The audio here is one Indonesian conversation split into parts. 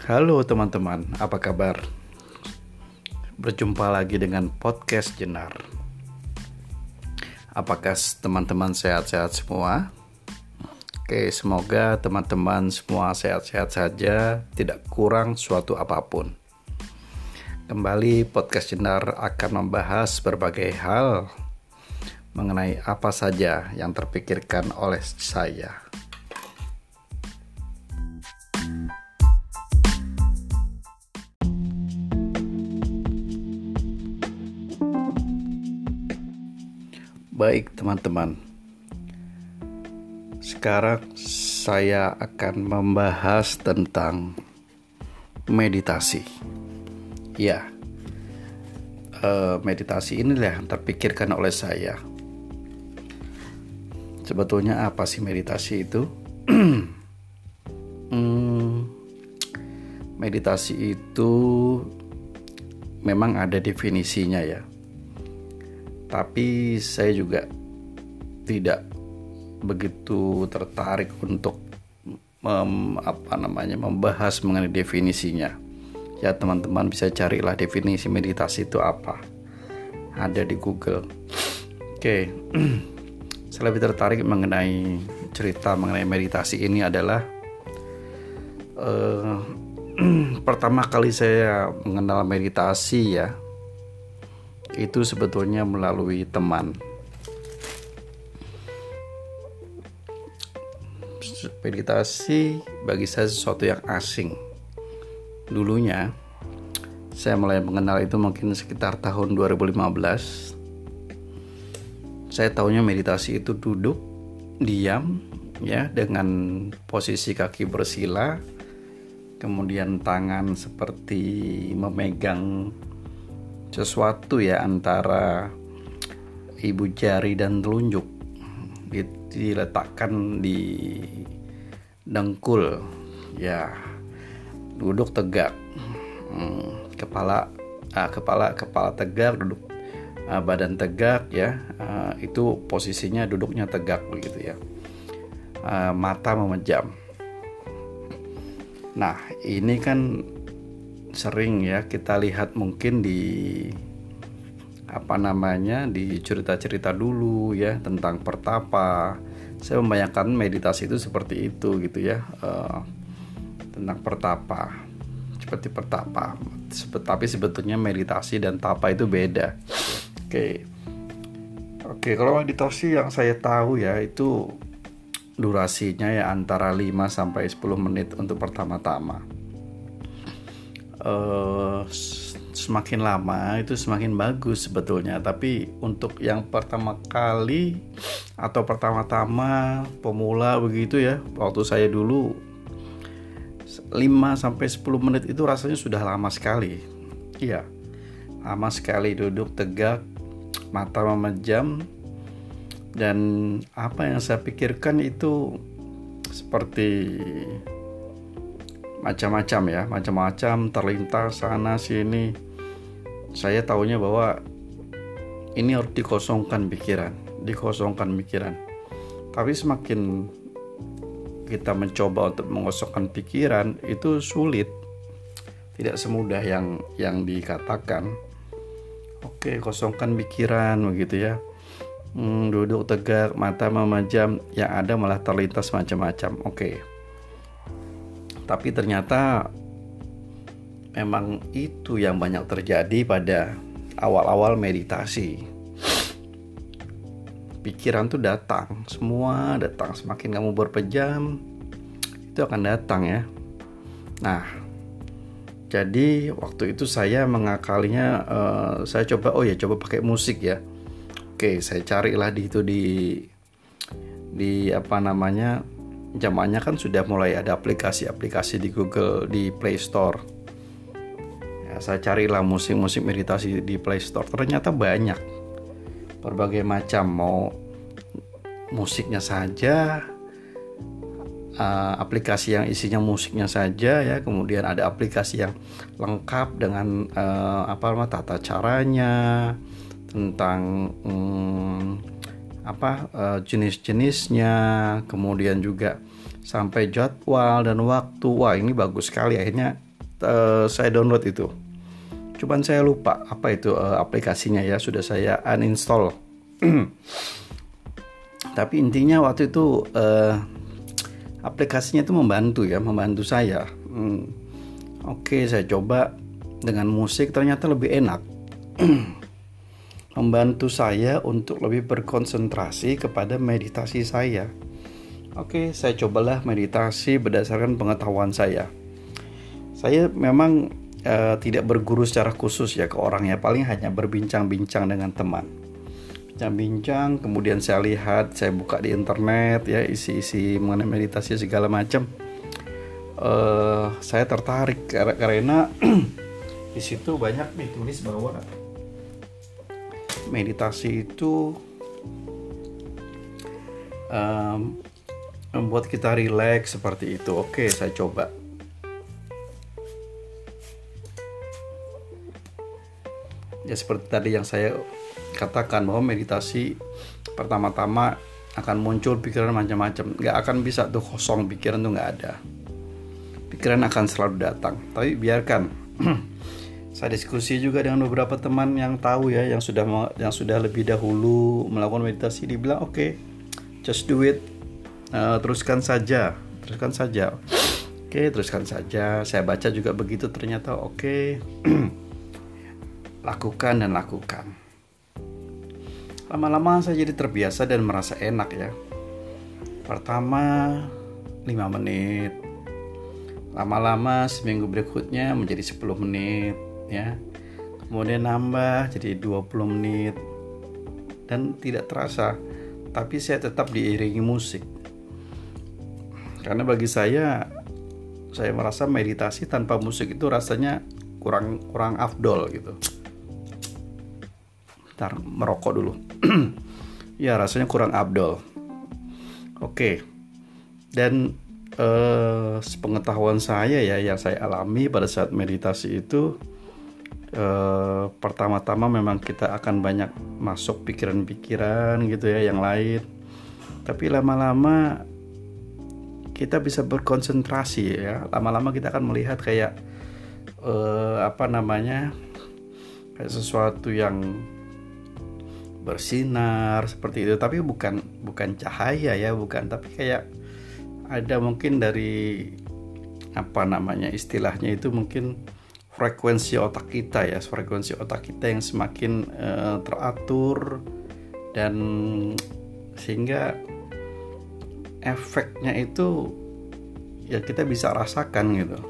Halo teman-teman, apa kabar? Berjumpa lagi dengan podcast Jenar. Apakah teman-teman sehat-sehat semua? Oke, semoga teman-teman semua sehat-sehat saja, tidak kurang suatu apapun. Kembali podcast Jenar akan membahas berbagai hal mengenai apa saja yang terpikirkan oleh saya. Baik teman-teman, sekarang saya akan membahas tentang meditasi. Ya, meditasi inilah yang terpikirkan oleh saya. Sebetulnya apa sih meditasi itu? Meditasi itu memang ada definisinya ya. Tapi saya juga tidak begitu tertarik untuk membahas mengenai definisinya. Ya teman-teman bisa carilah definisi meditasi itu apa. Ada di Google. Oke. Saya lebih tertarik mengenai cerita mengenai meditasi ini adalah pertama kali saya mengenal meditasi ya. Itu sebetulnya melalui teman. Meditasi bagi saya sesuatu yang asing. Dulunya saya mulai mengenal itu mungkin sekitar tahun 2015. Saya tahunya meditasi itu duduk diam ya, dengan posisi kaki bersila, kemudian tangan seperti memegang sesuatu ya, antara ibu jari dan telunjuk diletakkan di dengkul ya, duduk tegak, kepala tegak, duduk badan tegak ya, itu posisinya duduknya tegak begitu ya, mata memejam. Nah ini kan sering ya kita lihat mungkin di di cerita-cerita dulu ya tentang pertapa. Saya membayangkan meditasi itu seperti itu gitu ya, tentang pertapa, seperti pertapa. Tapi sebetulnya meditasi dan tapa itu beda. Oke, kalau meditasi yang saya tahu ya itu durasinya ya antara 5 sampai 10 menit untuk pertama-tama. Semakin lama itu semakin bagus sebetulnya, tapi untuk yang pertama kali atau pertama-tama pemula begitu ya, waktu saya dulu 5 sampai 10 menit itu rasanya sudah lama sekali. Iya, lama sekali, duduk tegak, mata memejam, dan apa yang saya pikirkan itu seperti macam-macam terlintas sana sini. Saya tahunya bahwa ini harus dikosongkan pikiran. Tapi semakin kita mencoba untuk mengosongkan pikiran itu sulit, tidak semudah yang dikatakan. Oke, kosongkan pikiran begitu ya. Duduk tegak, mata memejam, yang ada malah terlintas macam-macam. Oke. Tapi ternyata memang itu yang banyak terjadi pada awal-awal meditasi. Pikiran tuh datang, semua datang. Semakin kamu berpejam, itu akan datang ya. Nah, jadi waktu itu saya mengakalinya, saya coba pakai musik ya. Oke, saya carilah di zamannya kan sudah mulai ada aplikasi-aplikasi di Google, di Play Store ya. Saya carilah musik-musik meditasi di Play Store. Ternyata banyak berbagai macam, mau musiknya saja, aplikasi yang isinya musiknya saja ya, kemudian ada aplikasi yang lengkap dengan tata caranya, tentang jenis-jenisnya, kemudian juga sampai jadwal dan waktu. Wah, ini bagus sekali. Akhirnya saya download itu. Cuman saya lupa apa itu aplikasinya ya, sudah saya uninstall. Tapi intinya waktu itu aplikasinya itu membantu saya. Oke, saya coba dengan musik, ternyata lebih enak. Membantu saya untuk lebih berkonsentrasi kepada meditasi saya. Oke, saya cobalah meditasi berdasarkan pengetahuan saya. Saya memang tidak berguru secara khusus ya ke orangnya, paling hanya berbincang-bincang dengan teman. Bincang-bincang, kemudian saya lihat, saya buka di internet ya, isi-isi mengenai meditasi segala macam. Saya tertarik karena di situ banyak ditulis bahwa meditasi itu membuat kita rileks seperti itu. Oke, saya coba. Ya seperti tadi yang saya katakan, bahwa meditasi pertama-tama akan muncul pikiran macam-macam. Gak akan bisa tuh kosong, pikiran tuh gak ada. Pikiran akan selalu datang. Tapi biarkan. Saya diskusi juga dengan beberapa teman yang tahu ya, yang sudah lebih dahulu melakukan meditasi. Dibilang oke, just do it. Teruskan saja. Oke, teruskan saja. Saya baca juga begitu, ternyata oke. Lakukan. Lama-lama saya jadi terbiasa dan merasa enak ya. Pertama 5 menit. Lama-lama seminggu berikutnya menjadi 10 menit ya. Kemudian nambah jadi 20 menit. Dan tidak terasa, tapi saya tetap diiringi musik. Karena bagi saya merasa meditasi tanpa musik itu rasanya kurang afdol gitu. Ntar merokok dulu. Ya rasanya kurang afdol. Oke. Dan sepengetahuan saya ya, yang saya alami pada saat meditasi itu, pertama-tama memang kita akan banyak masuk pikiran-pikiran gitu ya yang lain. Tapi lama-lama kita bisa berkonsentrasi ya. Lama-lama kita akan melihat kayak kayak sesuatu yang bersinar seperti itu, tapi bukan cahaya ya, tapi kayak ada mungkin dari istilahnya itu mungkin frekuensi otak kita yang semakin teratur, dan sehingga efeknya itu ya kita bisa rasakan gitu.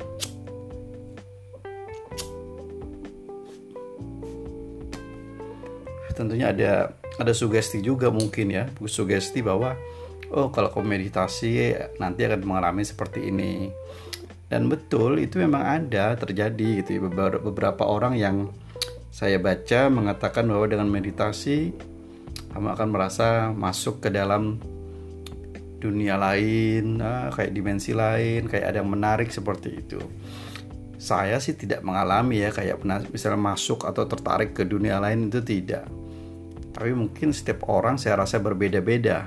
Tentunya ada sugesti juga mungkin ya, sugesti bahwa kalau kamu meditasi nanti akan mengalami seperti ini. Dan betul, itu memang ada terjadi gitu ya. Beberapa orang yang saya baca mengatakan bahwa dengan meditasi kamu akan merasa masuk ke dalam dunia lain, kayak dimensi lain, kayak ada yang menarik seperti itu. Saya sih tidak mengalami ya kayak misalnya masuk atau tertarik ke dunia lain, itu tidak. Tapi mungkin setiap orang saya rasa berbeda-beda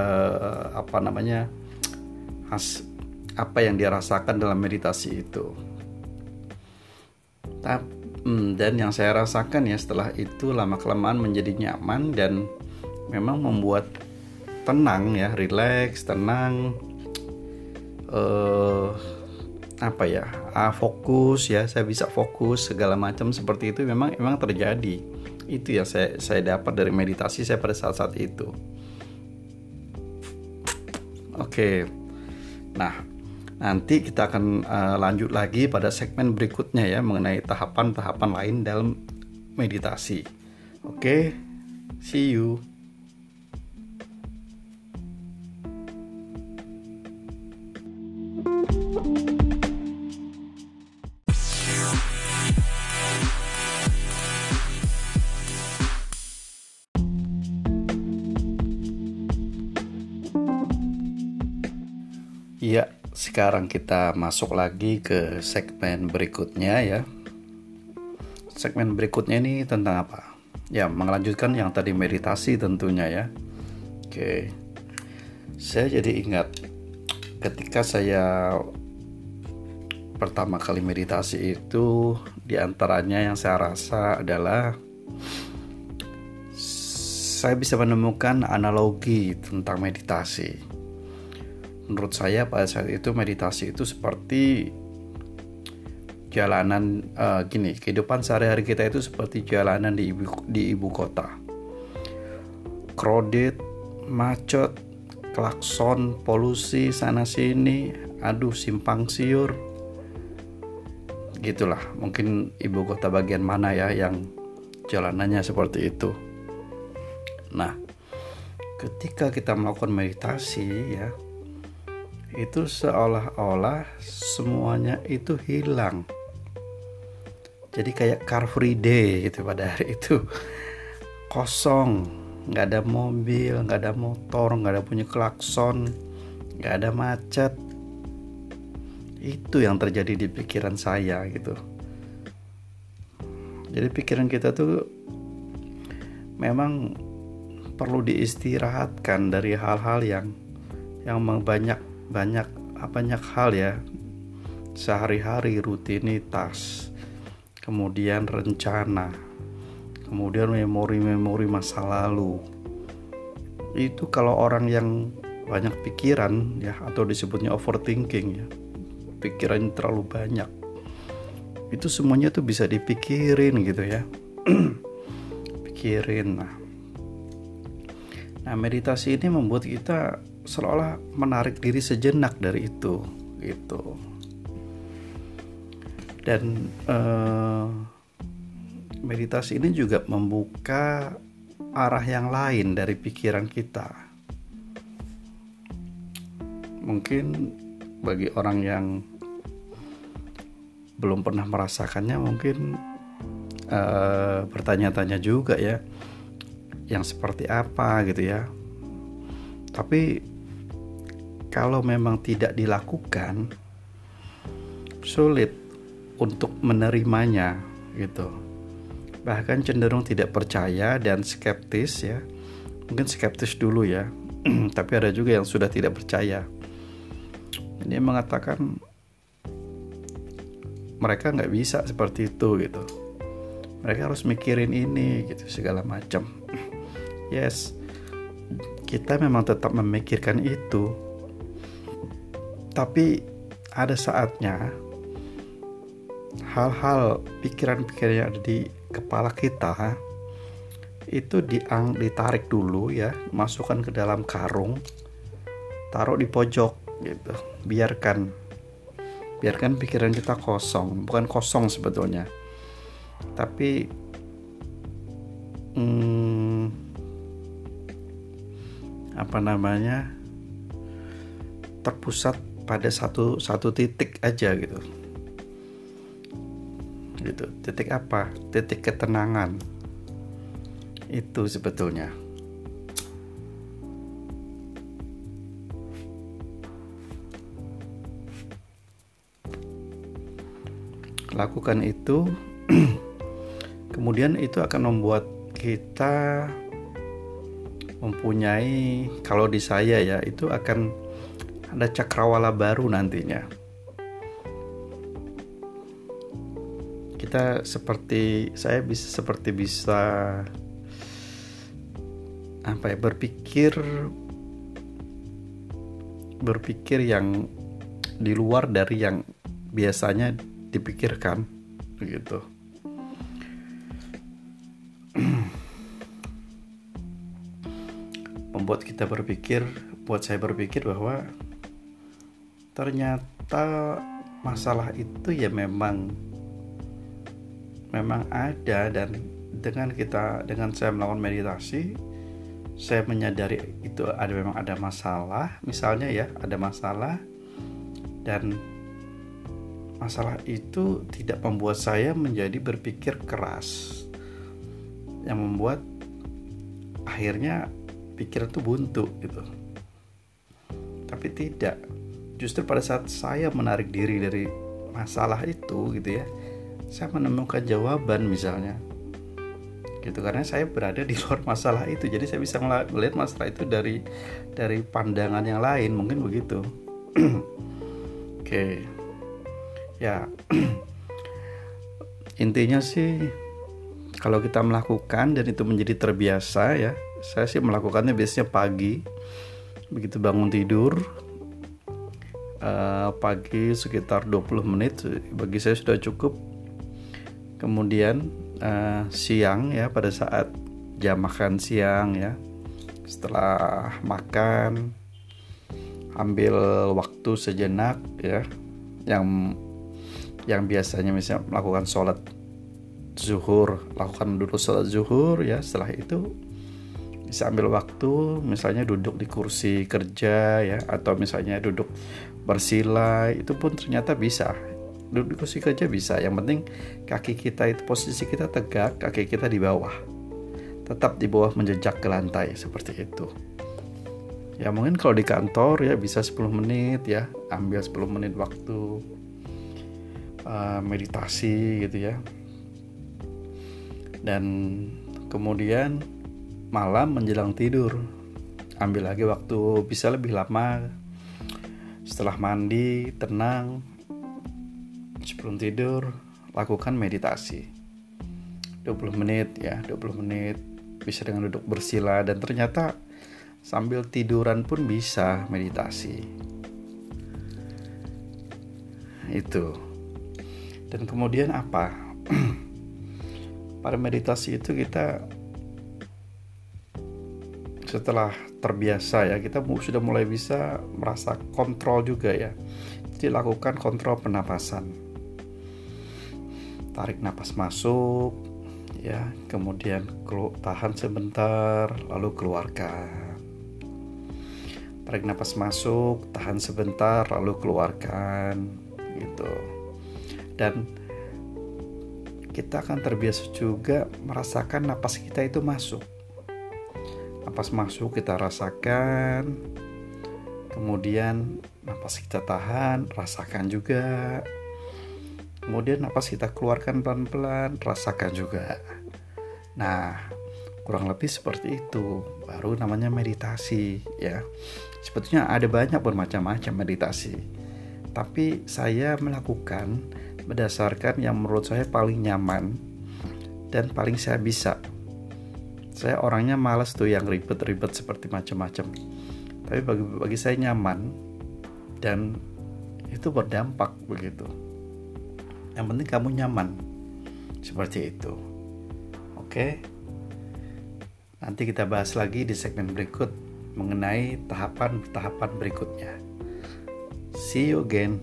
apa yang dia rasakan dalam meditasi itu. Dan yang saya rasakan ya setelah itu lama-kelamaan menjadi nyaman dan memang membuat tenang ya, rileks, tenang, fokus ya, saya bisa fokus segala macam seperti itu. Memang terjadi. Itu yang saya dapat dari meditasi saya pada saat itu. Oke. Nah, nanti kita akan lanjut lagi pada segmen berikutnya ya, mengenai tahapan-tahapan lain dalam meditasi. Oke. See you. Ya, sekarang kita masuk lagi ke segmen berikutnya ya. Segmen berikutnya ini tentang apa? Ya, melanjutkan yang tadi meditasi tentunya ya. Oke. Saya jadi ingat ketika saya pertama kali meditasi itu, diantaranya yang saya rasa adalah saya bisa menemukan analogi tentang meditasi. Menurut saya pada saat itu meditasi itu seperti jalanan kehidupan sehari-hari kita itu seperti jalanan di ibu kota. Crowded, macet, klakson, polusi sana sini, aduh simpang siur. Gitulah, mungkin ibu kota bagian mana ya yang jalanannya seperti itu. Nah, ketika kita melakukan meditasi ya, itu seolah-olah semuanya itu hilang. Jadi kayak car free day gitu pada hari itu. Kosong, nggak ada mobil, nggak ada motor, nggak ada bunyi klakson, nggak ada macet. Itu yang terjadi di pikiran saya gitu. Jadi pikiran kita tuh memang perlu diistirahatkan dari hal-hal yang banyak hal ya, sehari-hari, rutinitas, kemudian rencana, kemudian memori-memori masa lalu. Itu kalau orang yang banyak pikiran ya, atau disebutnya overthinking ya, pikiran terlalu banyak, itu semuanya tuh bisa dipikirin gitu ya. Pikirin. Nah, meditasi ini membuat kita seolah menarik diri sejenak dari itu gitu. Dan meditasi ini juga membuka arah yang lain dari pikiran kita. Mungkin bagi orang yang belum pernah merasakannya mungkin bertanya-tanya juga ya, yang seperti apa gitu ya. Tapi kalau memang tidak dilakukan, sulit untuk menerimanya gitu. Bahkan cenderung tidak percaya dan skeptis ya. Mungkin skeptis dulu ya. Tapi ada juga yang sudah tidak percaya. Dia mengatakan mereka nggak bisa seperti itu gitu. Mereka harus mikirin ini gitu, segala macam. Yes, kita memang tetap memikirkan itu. Tapi ada saatnya hal-hal, pikiran-pikiran yang ada di kepala kita itu ditarik dulu ya, masukkan ke dalam karung, taruh di pojok gitu. Biarkan pikiran kita kosong, bukan kosong sebetulnya, tapi terpusat pada satu titik aja gitu. Titik apa? Titik ketenangan. Itu sebetulnya. Lakukan itu, kemudian itu akan membuat kita mempunyai, kalau di saya ya, itu akan ada cakrawala baru nantinya. Kita bisa berpikir yang di luar dari yang biasanya dipikirkan begitu. Buat saya berpikir bahwa ternyata masalah itu ya memang ada, dan dengan saya melakukan meditasi, saya menyadari itu memang ada masalah. Misalnya ya, ada masalah, dan masalah itu tidak membuat saya menjadi berpikir keras, yang membuat akhirnya pikiran itu buntu gitu. Tapi tidak, justru pada saat saya menarik diri dari masalah itu gitu ya, saya menemukan jawaban misalnya gitu, karena saya berada di luar masalah itu. Jadi saya bisa melihat masalah itu dari pandangan yang lain, mungkin begitu. Oke. Ya, intinya sih kalau kita melakukan dan itu menjadi terbiasa ya, saya sih melakukannya biasanya pagi, begitu bangun tidur, pagi sekitar 20 menit bagi saya sudah cukup. Kemudian siang ya, pada saat jam makan siang ya, setelah makan ambil waktu sejenak ya, yang biasanya misalnya melakukan sholat zuhur, lakukan dulu sholat zuhur ya. Setelah itu bisa ambil waktu, misalnya duduk di kursi kerja ya, atau misalnya duduk bersila, itu pun ternyata bisa. Duduk di kursi kerja bisa, yang penting kaki kita itu, posisi kita tegak, kaki kita di bawah, tetap di bawah menjejak ke lantai, seperti itu. Ya mungkin kalau di kantor ya bisa 10 menit ya, ambil 10 menit waktu meditasi gitu ya. Dan kemudian malam menjelang tidur ambil lagi waktu, bisa lebih lama. Setelah mandi tenang, sebelum tidur lakukan meditasi 20 menit ya, 20 menit bisa dengan duduk bersila, dan ternyata sambil tiduran pun bisa meditasi itu. Dan kemudian apa? Pada meditasi itu kita setelah terbiasa ya, kita sudah mulai bisa merasa kontrol juga ya. Jadi lakukan kontrol pernapasan. Tarik napas masuk ya, kemudian tahan sebentar lalu keluarkan. Tarik napas masuk, tahan sebentar lalu keluarkan gitu. Dan kita akan terbiasa juga merasakan napas kita itu masuk. Napas masuk kita rasakan, kemudian napas kita tahan, rasakan juga. Kemudian napas kita keluarkan pelan-pelan, rasakan juga. Nah, kurang lebih seperti itu, baru namanya meditasi ya. Sebetulnya ada banyak bermacam-macam meditasi, tapi saya melakukan berdasarkan yang menurut saya paling nyaman dan paling saya bisa. Saya orangnya malas tuh yang ribet-ribet seperti macam-macam. Tapi bagi saya nyaman dan itu berdampak begitu. Yang penting kamu nyaman. Seperti itu. Oke. Nanti kita bahas lagi di segmen berikut mengenai tahapan-tahapan berikutnya. See you again.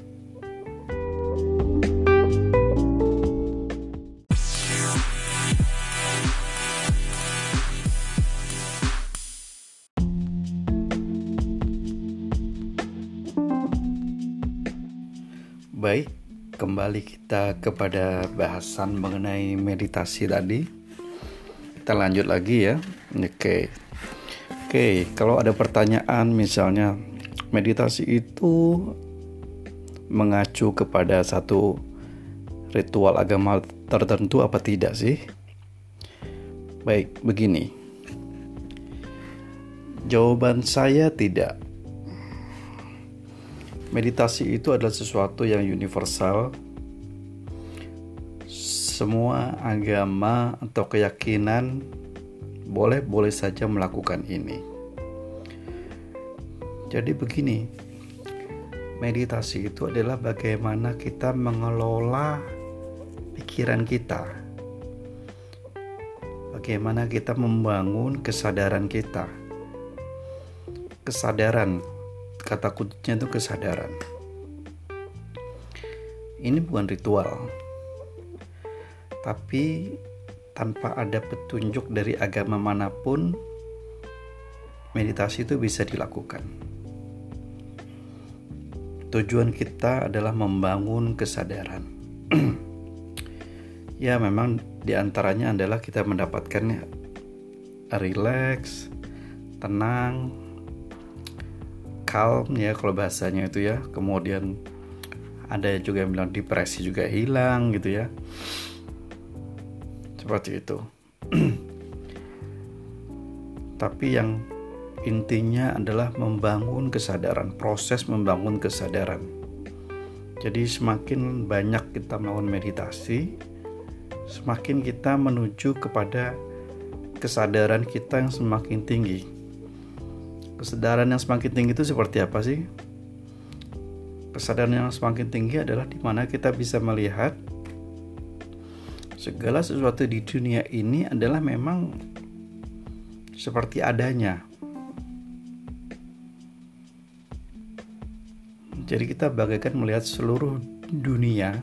Baik, kembali kita kepada bahasan mengenai meditasi tadi. Kita lanjut lagi ya. Oke, kalau ada pertanyaan misalnya meditasi itu mengacu kepada satu ritual agama tertentu apa tidak sih? Baik, begini. Jawaban saya tidak. Meditasi itu adalah sesuatu yang universal. Semua agama atau keyakinan boleh saja melakukan ini. Jadi begini, meditasi itu adalah bagaimana kita mengelola pikiran kita. Bagaimana kita membangun kesadaran kita. Kesadaran, kata kuncinya itu kesadaran. Ini bukan ritual, tapi tanpa ada petunjuk dari agama manapun, meditasi itu bisa dilakukan. Tujuan kita adalah membangun kesadaran. Ya, memang diantaranya adalah kita mendapatkan relax, tenang, calm ya kalau bahasanya itu ya. Kemudian ada juga yang bilang depresi juga hilang gitu ya. Seperti itu. Tapi yang intinya adalah membangun kesadaran, proses membangun kesadaran. Jadi semakin banyak kita melakukan meditasi, semakin kita menuju kepada kesadaran kita yang semakin tinggi. Kesadaran yang semakin tinggi itu seperti apa sih? Kesadaran yang semakin tinggi adalah di mana kita bisa melihat segala sesuatu di dunia ini adalah memang seperti adanya. Jadi kita bagaikan melihat seluruh dunia,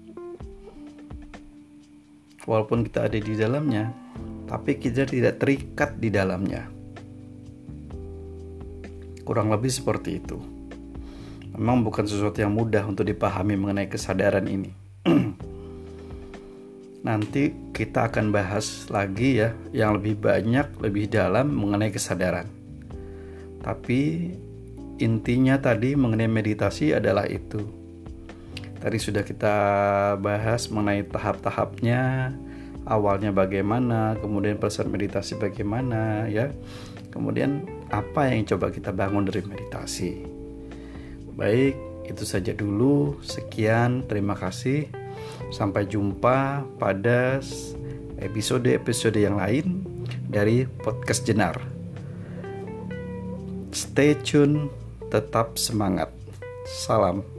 walaupun kita ada di dalamnya, tapi kita tidak terikat di dalamnya. Kurang lebih seperti itu. Memang bukan sesuatu yang mudah untuk dipahami mengenai kesadaran ini. Nanti kita akan bahas lagi ya, yang lebih banyak, lebih dalam mengenai kesadaran. Tapi intinya tadi mengenai meditasi adalah itu. Tadi sudah kita bahas mengenai tahap-tahapnya, awalnya bagaimana, kemudian proses meditasi bagaimana ya. Kemudian apa yang coba kita bangun dari meditasi. Baik, itu saja dulu. Sekian, terima kasih. Sampai jumpa pada episode-episode yang lain dari Podcast Jenar. Stay tune, tetap semangat. Salam.